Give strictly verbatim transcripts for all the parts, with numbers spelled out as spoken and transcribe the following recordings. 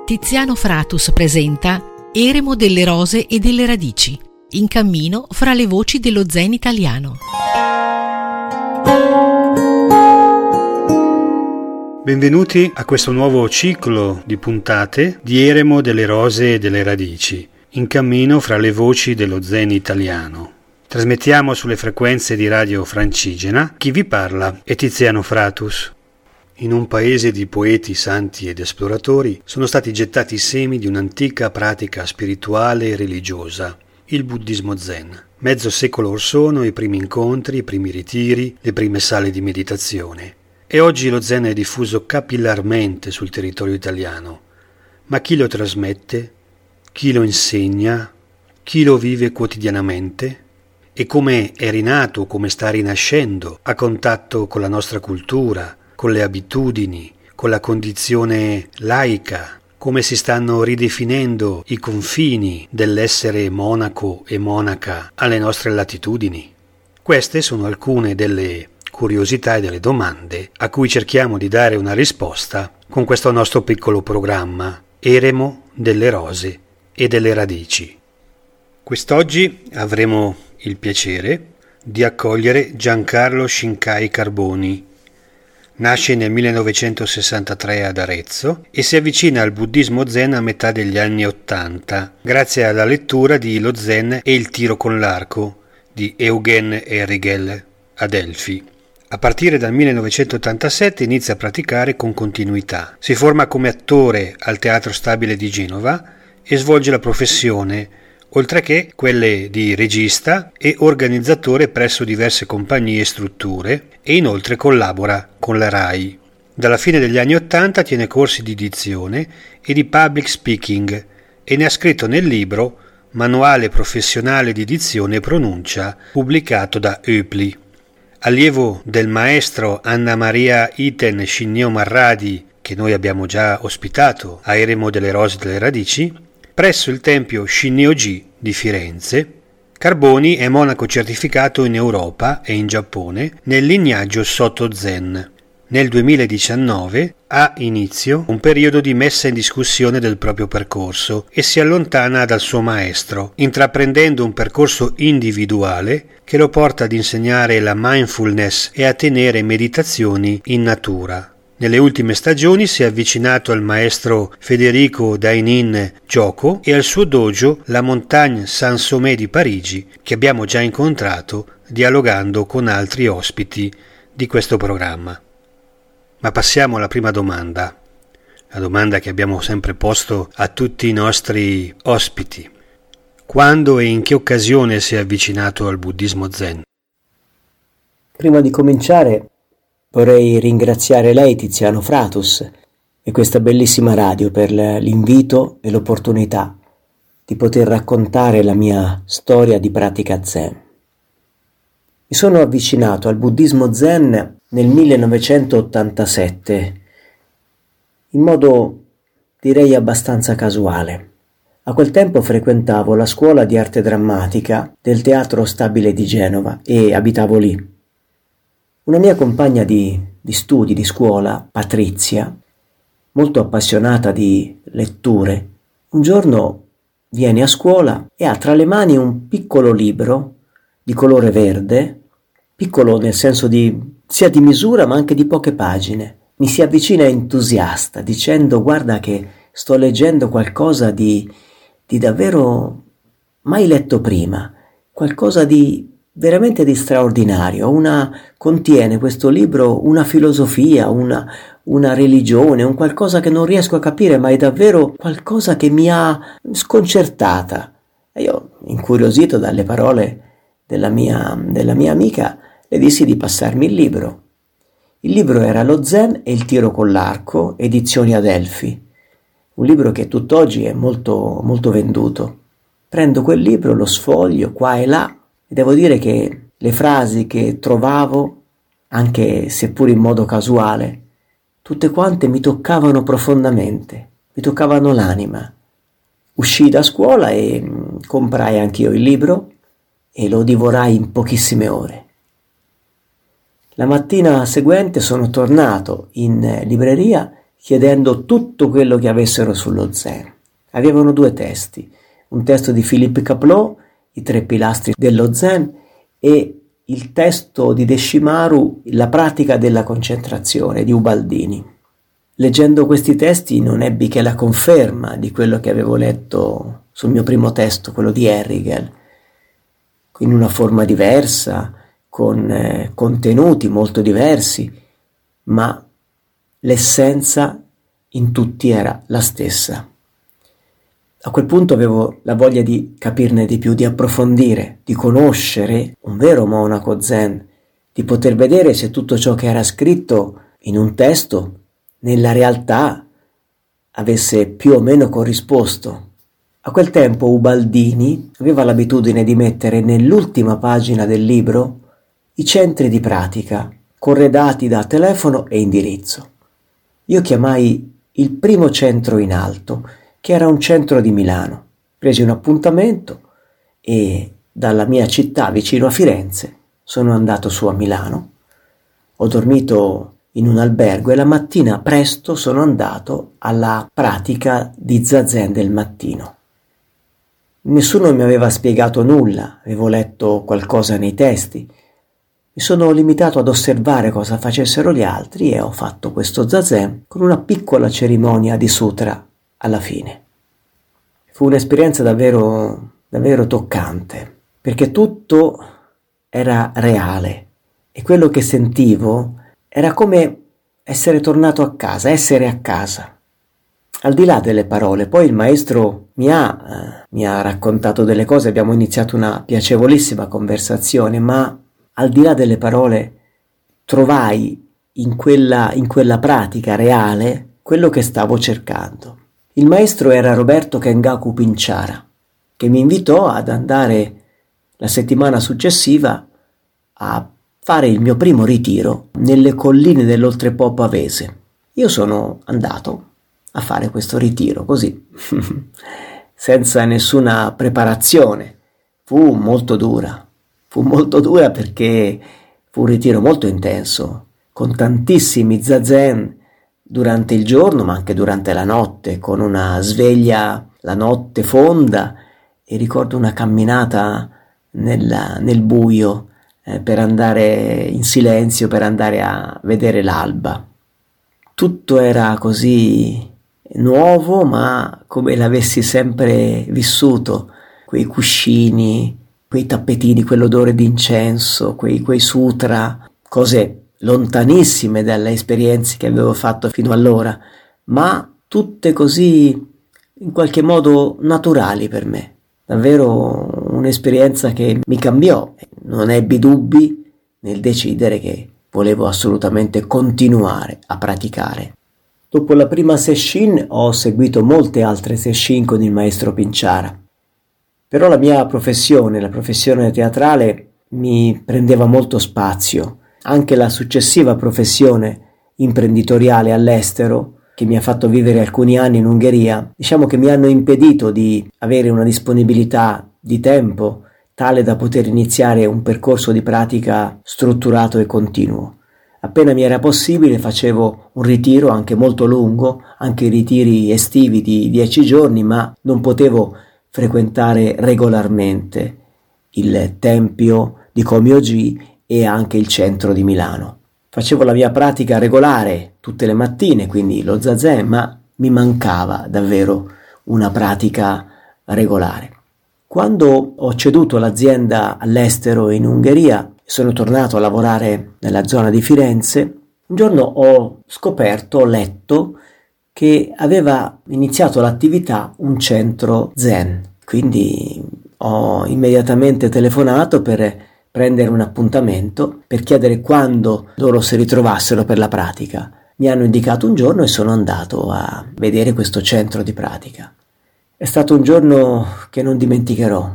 Tiziano Fratus presenta Eremo delle rose e delle radici, in cammino fra le voci dello zen italiano. Benvenuti a questo nuovo ciclo di puntate di Eremo delle rose e delle radici, in cammino fra le voci dello zen italiano. Trasmettiamo sulle frequenze di Radio Francigena. Chi vi parla è Tiziano Fratus. In un paese di poeti, santi ed esploratori sono stati gettati i semi di un'antica pratica spirituale e religiosa, il buddismo zen. Mezzo secolo or sono i primi incontri, i primi ritiri, le prime sale di meditazione. E oggi lo zen è diffuso capillarmente sul territorio italiano. Ma chi lo trasmette? Chi lo insegna? Chi lo vive quotidianamente? E come è rinato, come sta rinascendo a contatto con la nostra cultura, con le abitudini, con la condizione laica, come si stanno ridefinendo i confini dell'essere monaco e monaca alle nostre latitudini. Queste sono alcune delle curiosità e delle domande a cui cerchiamo di dare una risposta con questo nostro piccolo programma, Eremo delle rose e delle radici. Quest'oggi avremo il piacere di accogliere Giancarlo Shinkai Carboni. Nasce nel millenovecentosessantatré ad Arezzo e si avvicina al buddismo zen a metà degli anni ottanta, grazie alla lettura di Lo Zen e il tiro con l'arco di Eugen Erigel a Delphi. A partire dal millenovecentottantasette inizia a praticare con continuità. Si forma come attore al Teatro Stabile di Genova e svolge la professione, oltre che quelle di regista e organizzatore presso diverse compagnie e strutture, e inoltre collabora con la RAI. Dalla fine degli anni Ottanta tiene corsi di dizione e di public speaking e ne ha scritto nel libro Manuale professionale di dizione e pronuncia, pubblicato da Eupli. Allievo del maestro Anna Maria Iten Shinnyo Marradi, che noi abbiamo già ospitato a Eremo delle rose e delle radici, presso il tempio Shinnyo-ji di Firenze, Carboni è monaco certificato in Europa e in Giappone nel lignaggio Soto Zen. Nel duemiladiciannove ha inizio un periodo di messa in discussione del proprio percorso e si allontana dal suo maestro, intraprendendo un percorso individuale che lo porta ad insegnare la mindfulness e a tenere meditazioni in natura. Nelle ultime stagioni si è avvicinato al maestro Federico Dainin Gioco e al suo dojo La Montagne Saint-Somé di Parigi, che abbiamo già incontrato dialogando con altri ospiti di questo programma. Ma passiamo alla prima domanda, la domanda che abbiamo sempre posto a tutti i nostri ospiti. Quando e in che occasione si è avvicinato al buddismo zen? Prima di cominciare vorrei ringraziare lei, Tiziano Fratus, e questa bellissima radio per l'invito e l'opportunità di poter raccontare la mia storia di pratica zen. Mi sono avvicinato al buddismo zen nel millenovecentottantasette, in modo direi abbastanza casuale. A quel tempo frequentavo la scuola di arte drammatica del Teatro Stabile di Genova e abitavo lì. Una mia compagna di, di studi, di scuola, Patrizia, molto appassionata di letture, un giorno viene a scuola e ha tra le mani un piccolo libro di colore verde, piccolo nel senso di sia di misura ma anche di poche pagine. Mi si avvicina entusiasta dicendo: guarda che sto leggendo qualcosa di, di davvero mai letto prima, qualcosa di veramente di straordinario. Una, contiene questo libro una filosofia, una, una religione, un qualcosa che non riesco a capire, ma è davvero qualcosa che mi ha sconcertata. E io, incuriosito dalle parole della mia, della mia amica, le dissi di passarmi il libro. Il libro era Lo Zen e il tiro con l'arco, edizioni Adelphi, un libro che tutt'oggi è molto, molto venduto. Prendo quel libro, lo sfoglio qua e là, e devo dire che le frasi che trovavo, anche seppur in modo casuale, tutte quante mi toccavano profondamente, mi toccavano l'anima. Uscii da scuola e comprai anch'io il libro e lo divorai in pochissime ore. La mattina seguente sono tornato in libreria chiedendo tutto quello che avessero sullo Zen. Avevano due testi, un testo di Philippe Kapleau, I tre pilastri dello Zen, e il testo di Deshimaru, La pratica della concentrazione, di Ubaldini. Leggendo questi testi non ebbi che la conferma di quello che avevo letto sul mio primo testo, quello di Errigal, in una forma diversa, con eh, contenuti molto diversi, ma l'essenza in tutti era la stessa. A quel punto avevo la voglia di capirne di più, di approfondire, di conoscere un vero monaco zen, di poter vedere se tutto ciò che era scritto in un testo nella realtà avesse più o meno corrisposto. A quel tempo Ubaldini aveva l'abitudine di mettere nell'ultima pagina del libro i centri di pratica, corredati da telefono e indirizzo. Io chiamai il primo centro in alto, che era un centro di Milano. Presi un appuntamento e dalla mia città vicino a Firenze sono andato su a Milano. Ho dormito in un albergo e la mattina presto sono andato alla pratica di Zazen del mattino. Nessuno mi aveva spiegato nulla, avevo letto qualcosa nei testi. Mi sono limitato ad osservare cosa facessero gli altri e ho fatto questo Zazen con una piccola cerimonia di sutra alla fine. Fu un'esperienza davvero, davvero toccante, perché tutto era reale e quello che sentivo era come essere tornato a casa, essere a casa. Al di là delle parole, poi il maestro mi ha, eh, mi ha raccontato delle cose, abbiamo iniziato una piacevolissima conversazione, ma al di là delle parole trovai in quella, in quella pratica reale quello che stavo cercando. Il maestro era Roberto Kengaku Pinchara, che mi invitò ad andare la settimana successiva a fare il mio primo ritiro nelle colline dell'Oltrepo Pavese. Io sono andato a fare questo ritiro così, senza nessuna preparazione. Fu molto dura, fu molto dura perché fu un ritiro molto intenso, con tantissimi zazen durante il giorno, ma anche durante la notte, con una sveglia la notte fonda, e ricordo una camminata nella, nel buio eh, per andare in silenzio, per andare a vedere l'alba. Tutto era così nuovo, ma come l'avessi sempre vissuto, quei cuscini, quei tappetini, quell'odore d'incenso, quei, quei sutra, cose lontanissime dalle esperienze che avevo fatto fino allora, ma tutte così in qualche modo naturali per me. Davvero un'esperienza che mi cambiò. Non ebbi dubbi nel decidere che volevo assolutamente continuare a praticare. Dopo la prima sesshin ho seguito molte altre sesshin con il maestro Pinchara, però la mia professione, la professione teatrale, mi prendeva molto spazio. Anche la successiva professione imprenditoriale all'estero, che mi ha fatto vivere alcuni anni in Ungheria, diciamo che mi hanno impedito di avere una disponibilità di tempo tale da poter iniziare un percorso di pratica strutturato e continuo. Appena mi era possibile facevo un ritiro anche molto lungo, anche i ritiri estivi di dieci giorni, ma non potevo frequentare regolarmente il tempio di Komyoji e anche il centro di Milano. Facevo la mia pratica regolare tutte le mattine, quindi lo zazen, ma mi mancava davvero una pratica regolare. Quando ho ceduto l'azienda all'estero in Ungheria e sono tornato a lavorare nella zona di Firenze, un giorno ho scoperto, ho letto che aveva iniziato l'attività un centro zen, quindi ho immediatamente telefonato per prendere un appuntamento per chiedere quando loro si ritrovassero per la pratica. Mi hanno indicato un giorno e sono andato a vedere questo centro di pratica. È stato un giorno che non dimenticherò,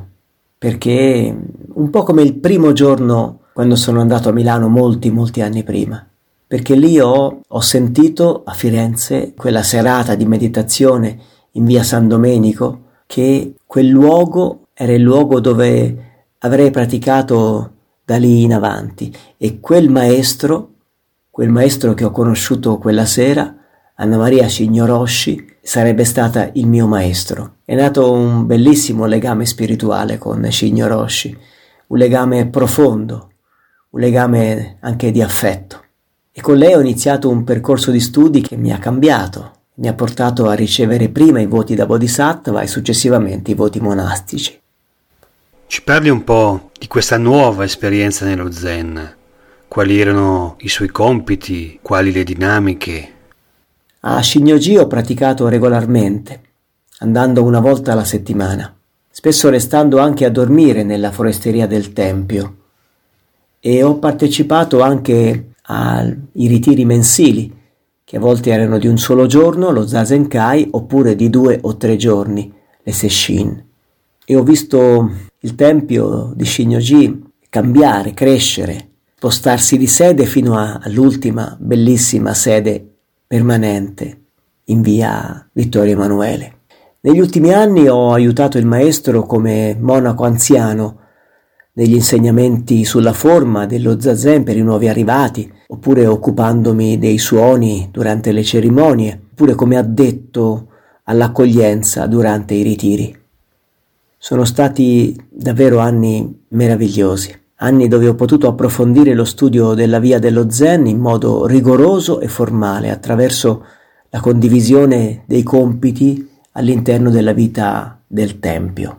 perché un po' come il primo giorno quando sono andato a Milano molti, molti anni prima, perché lì ho, ho sentito a Firenze quella serata di meditazione in via San Domenico, che quel luogo era il luogo dove avrei praticato da lì in avanti, e quel maestro, quel maestro che ho conosciuto quella sera, Anna Maria Shignoroshi sarebbe stata il mio maestro. È nato un bellissimo legame spirituale con Shignoroshi, un legame profondo, un legame anche di affetto. E con lei ho iniziato un percorso di studi che mi ha cambiato, mi ha portato a ricevere prima i voti da Bodhisattva e successivamente i voti monastici. Ci parli un po' di questa nuova esperienza nello Zen? Quali erano i suoi compiti? Quali le dinamiche? A Shinyoji ho praticato regolarmente, andando una volta alla settimana, spesso restando anche a dormire nella foresteria del tempio, e ho partecipato anche ai ritiri mensili, che a volte erano di un solo giorno, lo Zazenkai, oppure di due o tre giorni, le Sesshin, e ho visto il tempio di Shinyoji cambiare, crescere, spostarsi di sede fino a, all'ultima bellissima sede permanente in via Vittorio Emanuele. Negli ultimi anni ho aiutato il maestro come monaco anziano negli insegnamenti sulla forma dello zazen per i nuovi arrivati, oppure occupandomi dei suoni durante le cerimonie, oppure come addetto all'accoglienza durante i ritiri. Sono stati davvero anni meravigliosi. Anni dove ho potuto approfondire lo studio della via dello Zen in modo rigoroso e formale, attraverso la condivisione dei compiti all'interno della vita del Tempio.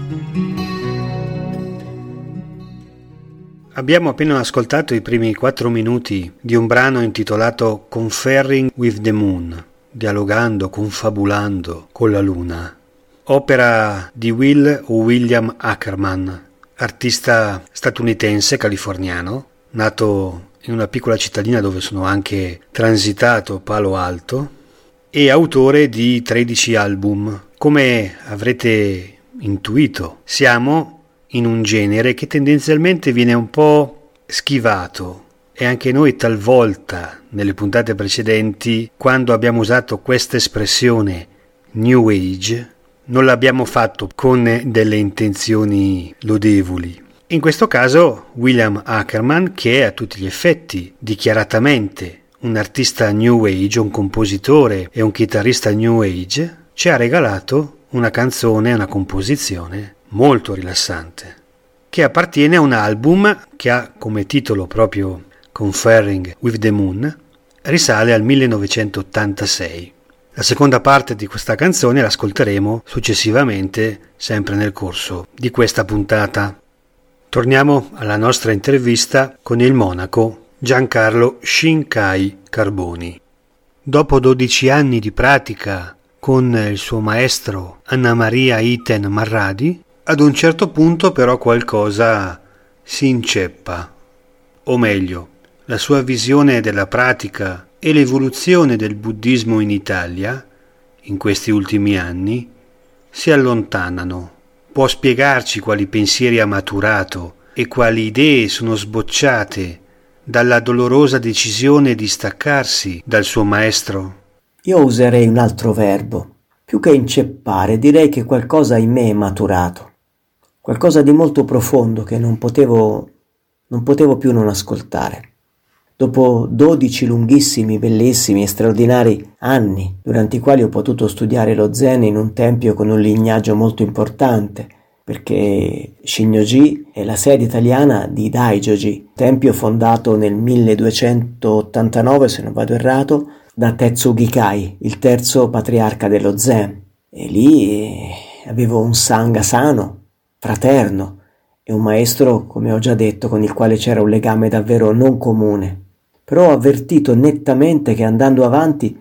Abbiamo appena ascoltato i primi quattro minuti di un brano intitolato Conferring with the Moon, dialogando, confabulando con la luna, opera di Will o William Ackerman, artista statunitense californiano, nato in una piccola cittadina dove sono anche transitato, Palo Alto, e autore di tredici album. Come avrete intuito, siamo in un genere che tendenzialmente viene un po' schivato, e anche noi talvolta nelle puntate precedenti, quando abbiamo usato questa espressione New Age, non l'abbiamo fatto con delle intenzioni lodevoli. In questo caso William Ackerman, che è a tutti gli effetti dichiaratamente un artista New Age, un compositore e un chitarrista New Age, ci ha regalato una canzone, una composizione molto rilassante, che appartiene a un album che ha come titolo proprio Conferring with the Moon, risale al millenovecentottantasei. La seconda parte di questa canzone l'ascolteremo successivamente, sempre nel corso di questa puntata. Torniamo alla nostra intervista con il monaco Giancarlo Shinkai Carboni. Dopo dodici anni di pratica con il suo maestro Anna Maria Iten Marradi, ad un certo punto però qualcosa si inceppa, o meglio, la sua visione della pratica e l'evoluzione del buddismo in Italia, in questi ultimi anni, si allontanano. Può spiegarci quali pensieri ha maturato e quali idee sono sbocciate dalla dolorosa decisione di staccarsi dal suo maestro? Io userei un altro verbo. Più che inceppare, direi che qualcosa in me è maturato. Qualcosa di molto profondo che non potevo, non potevo più non ascoltare. Dopo dodici lunghissimi, bellissimi e straordinari anni, durante i quali ho potuto studiare lo Zen in un tempio con un lignaggio molto importante, perché Shinyoji è la sede italiana di Daijoji, tempio fondato nel milleduecentottantanove, se non vado errato, da Tetsu Gikai, il terzo patriarca dello Zen. E lì avevo un sangha sano, fraterno, e un maestro, come ho già detto, con il quale c'era un legame davvero non comune. Però ho avvertito nettamente che andando avanti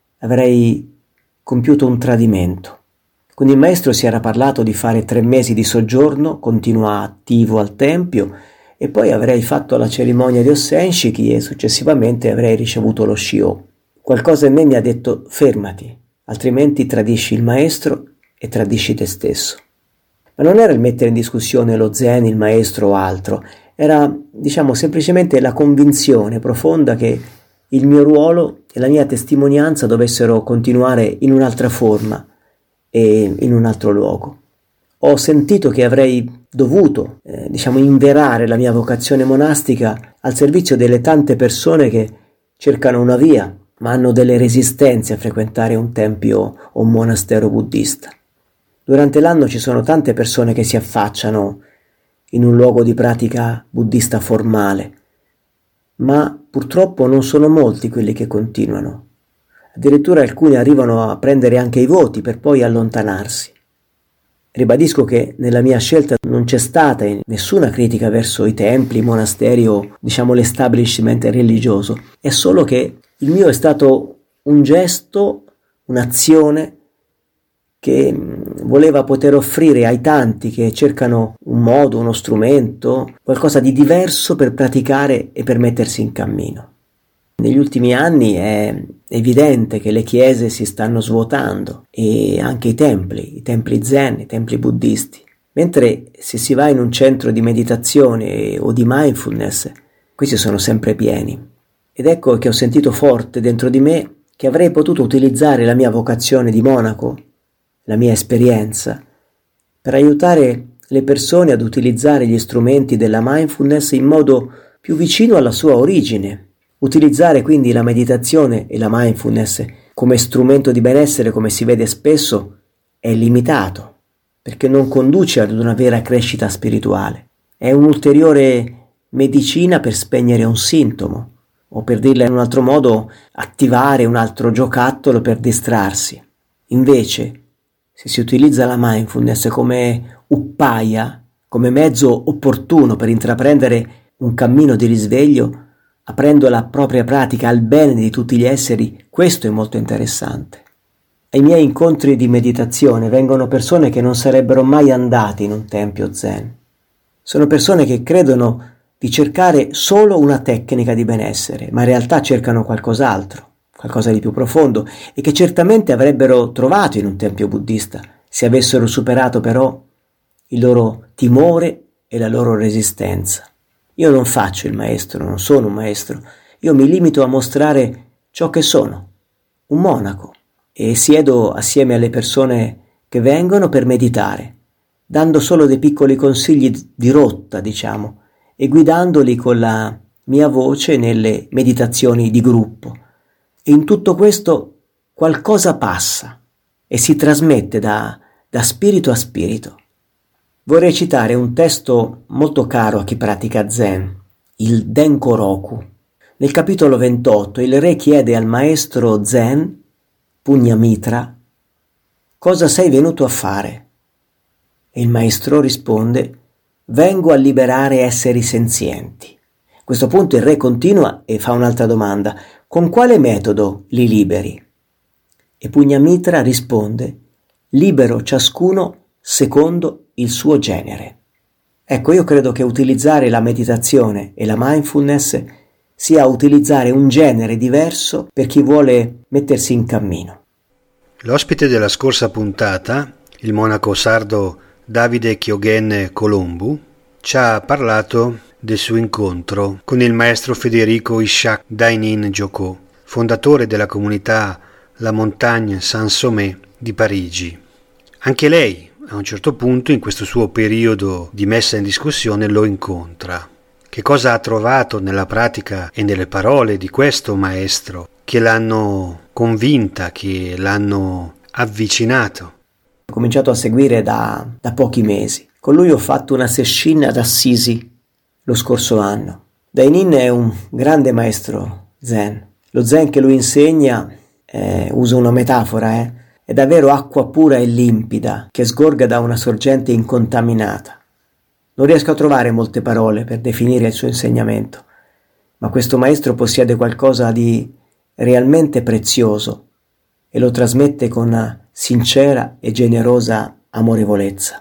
avrei compiuto un tradimento. Con il maestro si era parlato di fare tre mesi di soggiorno continuativo al tempio e poi avrei fatto la cerimonia di Ossenshiki e successivamente avrei ricevuto lo Shio. Qualcosa in me mi ha detto fermati, altrimenti tradisci il maestro e tradisci te stesso. Ma non era il mettere in discussione lo Zen, il maestro o altro, era, diciamo, semplicemente la convinzione profonda che il mio ruolo e la mia testimonianza dovessero continuare in un'altra forma e in un altro luogo. Ho sentito che avrei dovuto, eh, diciamo, inverare la mia vocazione monastica al servizio delle tante persone che cercano una via, ma hanno delle resistenze a frequentare un tempio o un monastero buddista. Durante l'anno ci sono tante persone che si affacciano in un luogo di pratica buddista formale, ma purtroppo non sono molti quelli che continuano. Addirittura alcuni arrivano a prendere anche i voti per poi allontanarsi. Ribadisco che nella mia scelta non c'è stata nessuna critica verso i templi, i monasteri o, diciamo, l'establishment religioso. È solo che il mio è stato un gesto, un'azione che voleva poter offrire ai tanti che cercano un modo, uno strumento, qualcosa di diverso per praticare e per mettersi in cammino. Negli ultimi anni è evidente che le chiese si stanno svuotando e anche i templi, i templi zen, i templi buddisti. Mentre se si va in un centro di meditazione o di mindfulness, questi sono sempre pieni. Ed ecco che ho sentito forte dentro di me che avrei potuto utilizzare la mia vocazione di monaco, la mia esperienza, per aiutare le persone ad utilizzare gli strumenti della mindfulness in modo più vicino alla sua origine. Utilizzare quindi la meditazione e la mindfulness come strumento di benessere, come si vede spesso, è limitato, perché non conduce ad una vera crescita spirituale. È un'ulteriore medicina per spegnere un sintomo, o per dirla in un altro modo, attivare un altro giocattolo per distrarsi. Invece, se si utilizza la mindfulness come uppaia, come mezzo opportuno per intraprendere un cammino di risveglio, aprendo la propria pratica al bene di tutti gli esseri, questo è molto interessante. Ai miei incontri di meditazione vengono persone che non sarebbero mai andate in un tempio zen. Sono persone che credono di cercare solo una tecnica di benessere, ma in realtà cercano qualcos'altro, qualcosa di più profondo, e che certamente avrebbero trovato in un tempio buddista, se avessero superato però il loro timore e la loro resistenza. Io non faccio il maestro, non sono un maestro, io mi limito a mostrare ciò che sono, un monaco, e siedo assieme alle persone che vengono per meditare, dando solo dei piccoli consigli di rotta, diciamo, e guidandoli con la mia voce nelle meditazioni di gruppo. E in tutto questo qualcosa passa e si trasmette da, da spirito a spirito. Vorrei citare un testo molto caro a chi pratica Zen, il Denkoroku. Nel capitolo ventotto il re chiede al maestro Zen, Pugnamitra, cosa sei venuto a fare? E il maestro risponde, vengo a liberare esseri senzienti. A questo punto il re continua e fa un'altra domanda, con quale metodo li liberi? E Pugnamitra risponde, libero ciascuno secondo il suo genere. Ecco, io credo che utilizzare la meditazione e la mindfulness sia utilizzare un genere diverso per chi vuole mettersi in cammino. L'ospite della scorsa puntata, il monaco sardo Davide Chiogen Colombu, ci ha parlato del suo incontro con il maestro Federico Ishak Dainin Joko, fondatore della comunità La Montagne Saint-Sommet di Parigi. Anche lei, a un certo punto, in questo suo periodo di messa in discussione, lo incontra. Che cosa ha trovato nella pratica e nelle parole di questo maestro che l'hanno convinta, che l'hanno avvicinato? Ho cominciato a seguire da, da pochi mesi. Con lui ho fatto una session ad Assisi lo scorso anno. Dainin è un grande maestro zen. Lo zen che lui insegna, eh, uso una metafora, eh, è davvero acqua pura e limpida che sgorga da una sorgente incontaminata. Non riesco a trovare molte parole per definire il suo insegnamento, ma questo maestro possiede qualcosa di realmente prezioso e lo trasmette con una sincera e generosa amorevolezza.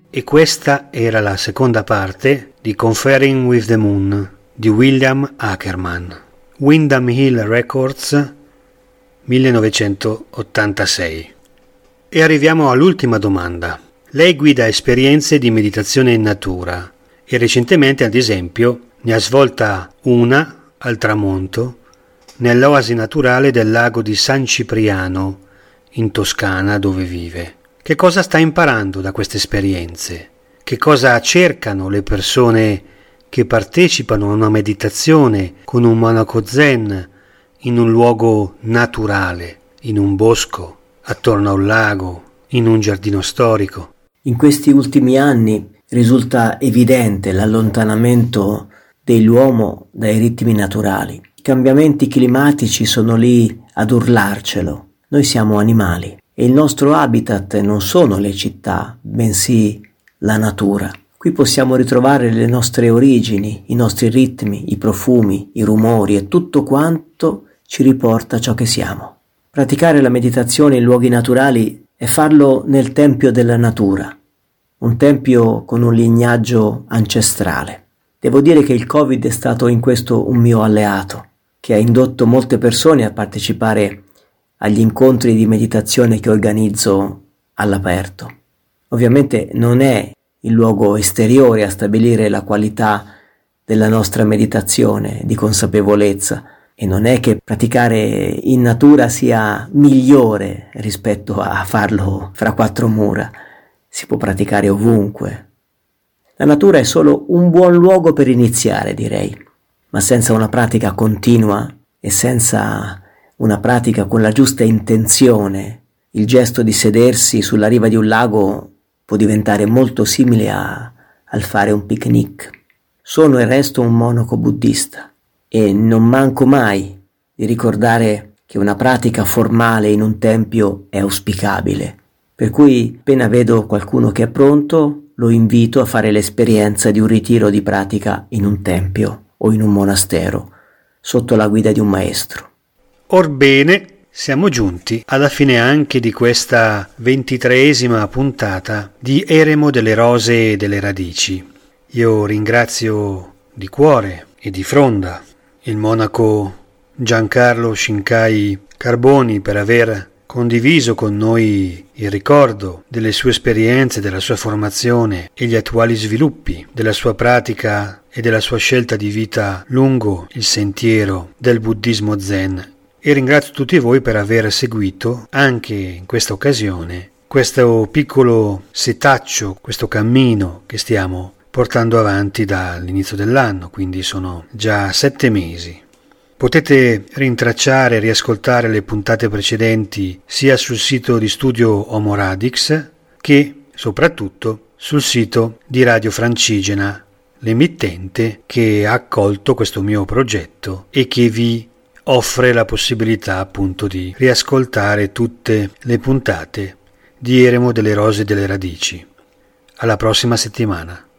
E questa era la seconda parte di Conferring with the Moon di William Ackerman, Windham Hill Records, millenovecentottantasei. E arriviamo all'ultima domanda. Lei guida esperienze di meditazione in natura e recentemente, ad esempio, ne ha svolta una al tramonto nell'oasi naturale del lago di San Cipriano, in Toscana, dove vive. Che cosa sta imparando da queste esperienze? Che cosa cercano le persone che partecipano a una meditazione con un monaco zen in un luogo naturale, in un bosco, attorno a un lago, in un giardino storico? In questi ultimi anni risulta evidente l'allontanamento dell'uomo dai ritmi naturali. I cambiamenti climatici sono lì ad urlarcelo. Noi siamo animali e il nostro habitat non sono le città, bensì la natura. Qui possiamo ritrovare le nostre origini, i nostri ritmi, i profumi, i rumori e tutto quanto ci riporta a ciò che siamo. Praticare la meditazione in luoghi naturali è farlo nel tempio della natura, un tempio con un lignaggio ancestrale. Devo dire che il Covid è stato in questo un mio alleato, che ha indotto molte persone a partecipare agli incontri di meditazione che organizzo all'aperto. Ovviamente non è il luogo esteriore a stabilire la qualità della nostra meditazione di consapevolezza, e non è che praticare in natura sia migliore rispetto a farlo fra quattro mura. Si può praticare ovunque. La natura è solo un buon luogo per iniziare, direi, ma senza una pratica continua e senza una pratica con la giusta intenzione, il gesto di sedersi sulla riva di un lago può diventare molto simile a, al fare un picnic. Sono e resto un monaco buddista e non manco mai di ricordare che una pratica formale in un tempio è auspicabile. Per cui, appena vedo qualcuno che è pronto, lo invito a fare l'esperienza di un ritiro di pratica in un tempio o in un monastero, sotto la guida di un maestro. Orbene, siamo giunti alla fine anche di questa ventitreesima puntata di Eremo delle Rose e delle Radici. Io ringrazio di cuore e di fronda il monaco Giancarlo Shinkai Carboni per aver condiviso con noi il ricordo delle sue esperienze, della sua formazione e gli attuali sviluppi della sua pratica e della sua scelta di vita lungo il sentiero del buddismo zen. E ringrazio tutti voi per aver seguito anche in questa occasione questo piccolo setaccio, questo cammino che stiamo portando avanti dall'inizio dell'anno, quindi sono già sette mesi. Potete rintracciare e riascoltare le puntate precedenti sia sul sito di Studio Homo Radix che soprattutto sul sito di Radio Francigena, l'emittente che ha accolto questo mio progetto e che vi offre la possibilità appunto di riascoltare tutte le puntate di Eremo delle Rose e delle Radici. Alla prossima settimana.